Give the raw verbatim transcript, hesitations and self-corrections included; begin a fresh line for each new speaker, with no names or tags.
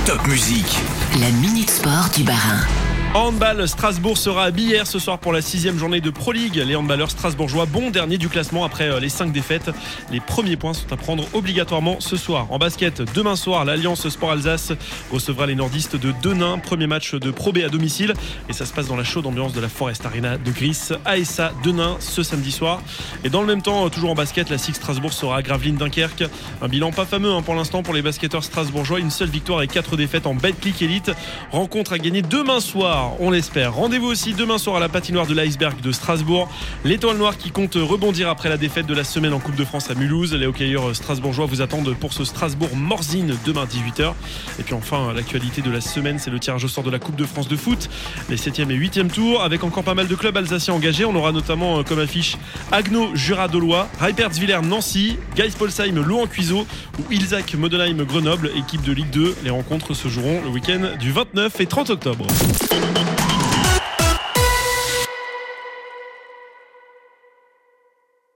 Top Musique.
La Minute Sport du Bas-Rhin.
Handball, Strasbourg sera à Billère ce soir pour la sixième journée de Pro League. Les handballeurs strasbourgeois, bon dernier du classement après les cinq défaites. Les premiers points sont à prendre obligatoirement ce soir. En basket, demain soir, l'Alliance Sport Alsace recevra les nordistes de Denain. Premier match de Pro B à domicile. Et ça se passe dans la chaude ambiance de la Forest Arena de Gris. A S A Denain ce samedi soir. Et dans le même temps, toujours en basket, la S I G Strasbourg sera à Gravelines Dunkerque. Un bilan pas fameux hein, pour l'instant pour les basketteurs strasbourgeois. Une seule victoire et quatre défaites en Betclic Elite. Rencontre à gagner demain soir. On l'espère. Rendez-vous aussi demain soir à la patinoire de l'Iceberg de Strasbourg. L'Étoile Noire qui compte rebondir après la défaite de la semaine en Coupe de France à Mulhouse. Les hockeyeurs strasbourgeois vous attendent pour ce Strasbourg-Morzine demain à dix-huit heures. Et puis enfin, l'actualité de la semaine, c'est le tirage au sort de la Coupe de France de foot. Les septième et huitième tours avec encore pas mal de clubs alsaciens engagés. On aura notamment comme affiche Agno Jura-Dolois, Reipertswiller Nancy, Geisbolsheim Louan-Cuiseaux ou Ilzac Modenheim Grenoble, équipe de Ligue deux. Les rencontres se joueront le week-end du vingt-neuf et trente octobre.